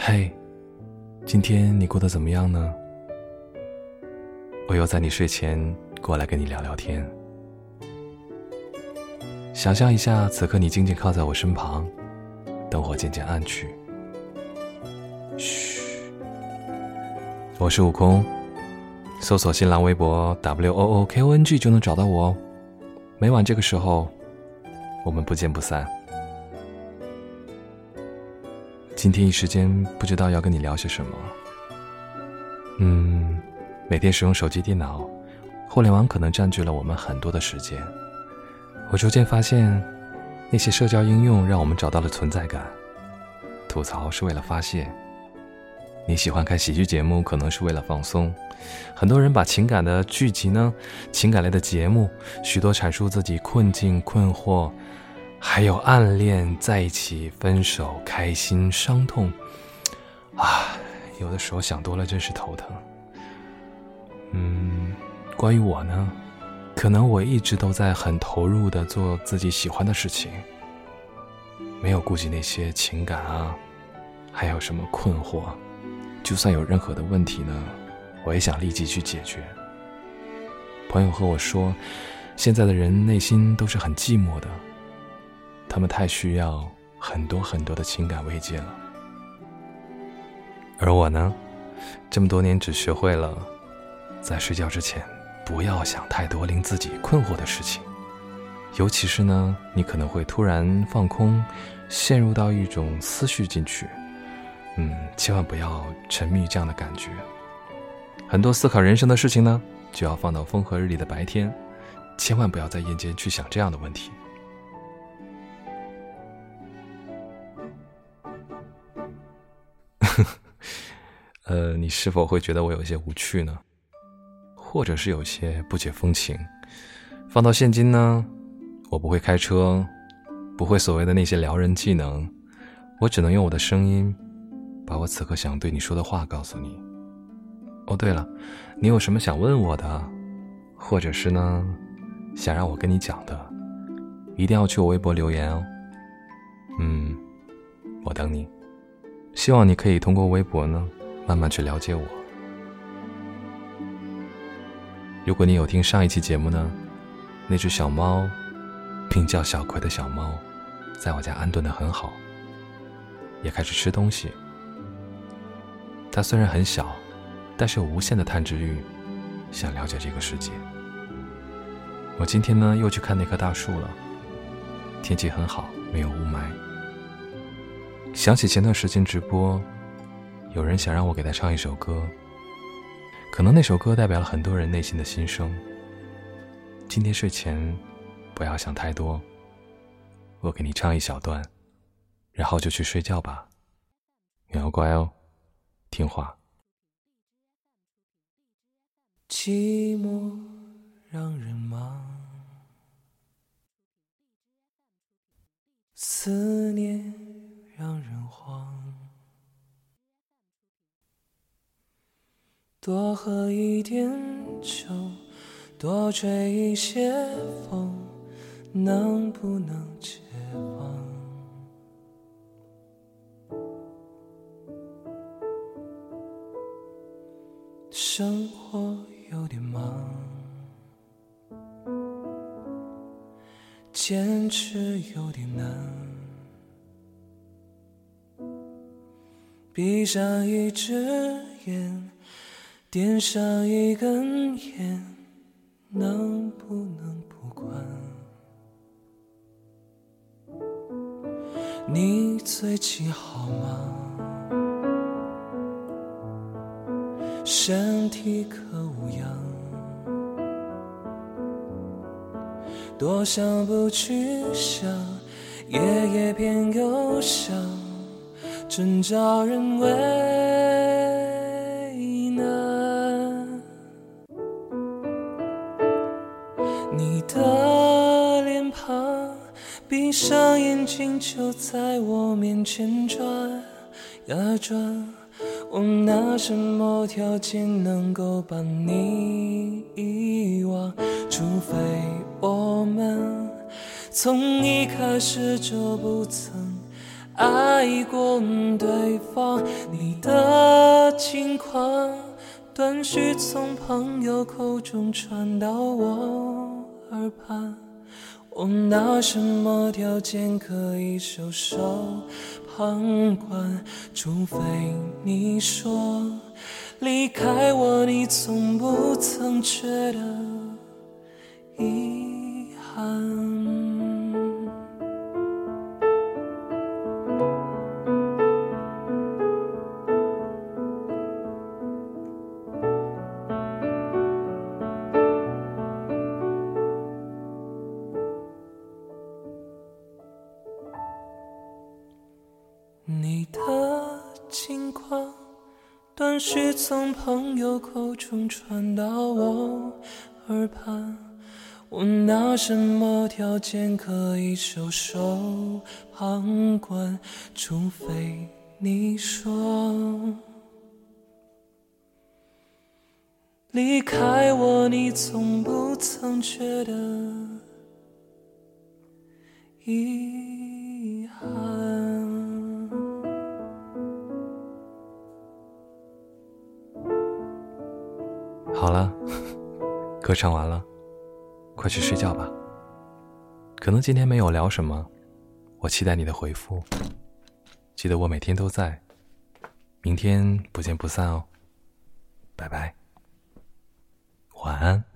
嘿，今天你过得怎么样呢？我又在你睡前过来跟你聊聊天。想象一下，此刻你静静靠在我身旁，灯火渐渐暗去。嘘，我是悟空，搜索新浪微博 WOOKONG 就能找到我哦。每晚这个时候，我们不见不散。今天一时间不知道要跟你聊些什么。每天使用手机电脑，互联网可能占据了我们很多的时间。我逐渐发现，那些社交应用让我们找到了存在感。吐槽是为了发泄，你喜欢看喜剧节目可能是为了放松。很多人把情感的剧集呢，情感类的节目，许多阐述自己困境困惑，还有暗恋在一起分手开心伤痛有的时候想多了真是头疼。关于我呢，可能我一直都在很投入地做自己喜欢的事情，没有顾及那些情感还有什么困惑，就算有任何的问题呢，我也想立即去解决。朋友和我说，现在的人内心都是很寂寞的，他们太需要很多很多的情感慰藉了。而我呢，这么多年只学会了在睡觉之前不要想太多令自己困惑的事情，尤其是呢，你可能会突然放空，陷入到一种思绪进去。千万不要沉迷这样的感觉。很多思考人生的事情呢，就要放到风和日丽的白天，千万不要在夜间去想这样的问题。你是否会觉得我有些无趣呢？或者是有些不解风情？放到现今呢，我不会开车，不会所谓的那些撩人技能，我只能用我的声音，把我此刻想对你说的话告诉你。哦，对了，你有什么想问我的，或者是呢，想让我跟你讲的，一定要去我微博留言哦。我等你。希望你可以通过微博呢，慢慢去了解我。如果你有听上一期节目呢，那只小猫，名叫小葵的小猫，在我家安顿得很好，也开始吃东西。它虽然很小，但是有无限的探知欲，想了解这个世界。我今天呢，又去看那棵大树了，天气很好，没有雾霾。想起前段时间直播，有人想让我给他唱一首歌，可能那首歌代表了很多人内心的心声。今天睡前不要想太多，我给你唱一小段，然后就去睡觉吧。你要乖哦，听话。 寂寞让人忙，思念让人慌，多喝一点酒，多吹一些风，能不能解放？生活有点忙，坚持有点难，闭上一只眼，点上一根烟，能不能不管？你最近好吗？身体可无恙？多想不去想，夜夜偏忧伤，真叫人为难。你的脸庞，闭上眼睛就在我面前转呀转，我拿什么条件能够把你遗忘？除非我们从一开始就不曾爱过对方。你的近况断续从朋友口中传到我耳畔，我拿什么条件可以袖手旁观？除非你说离开我，你从不曾觉得遗憾。你的近况断续从朋友口中传到我耳畔，我拿什么条件可以袖手旁观？除非你说离开我，你从不曾觉得遗憾。 好了，歌唱完了，快去睡觉吧。可能今天没有聊什么，我期待你的回复。记得我每天都在，明天不见不散哦。拜拜，晚安。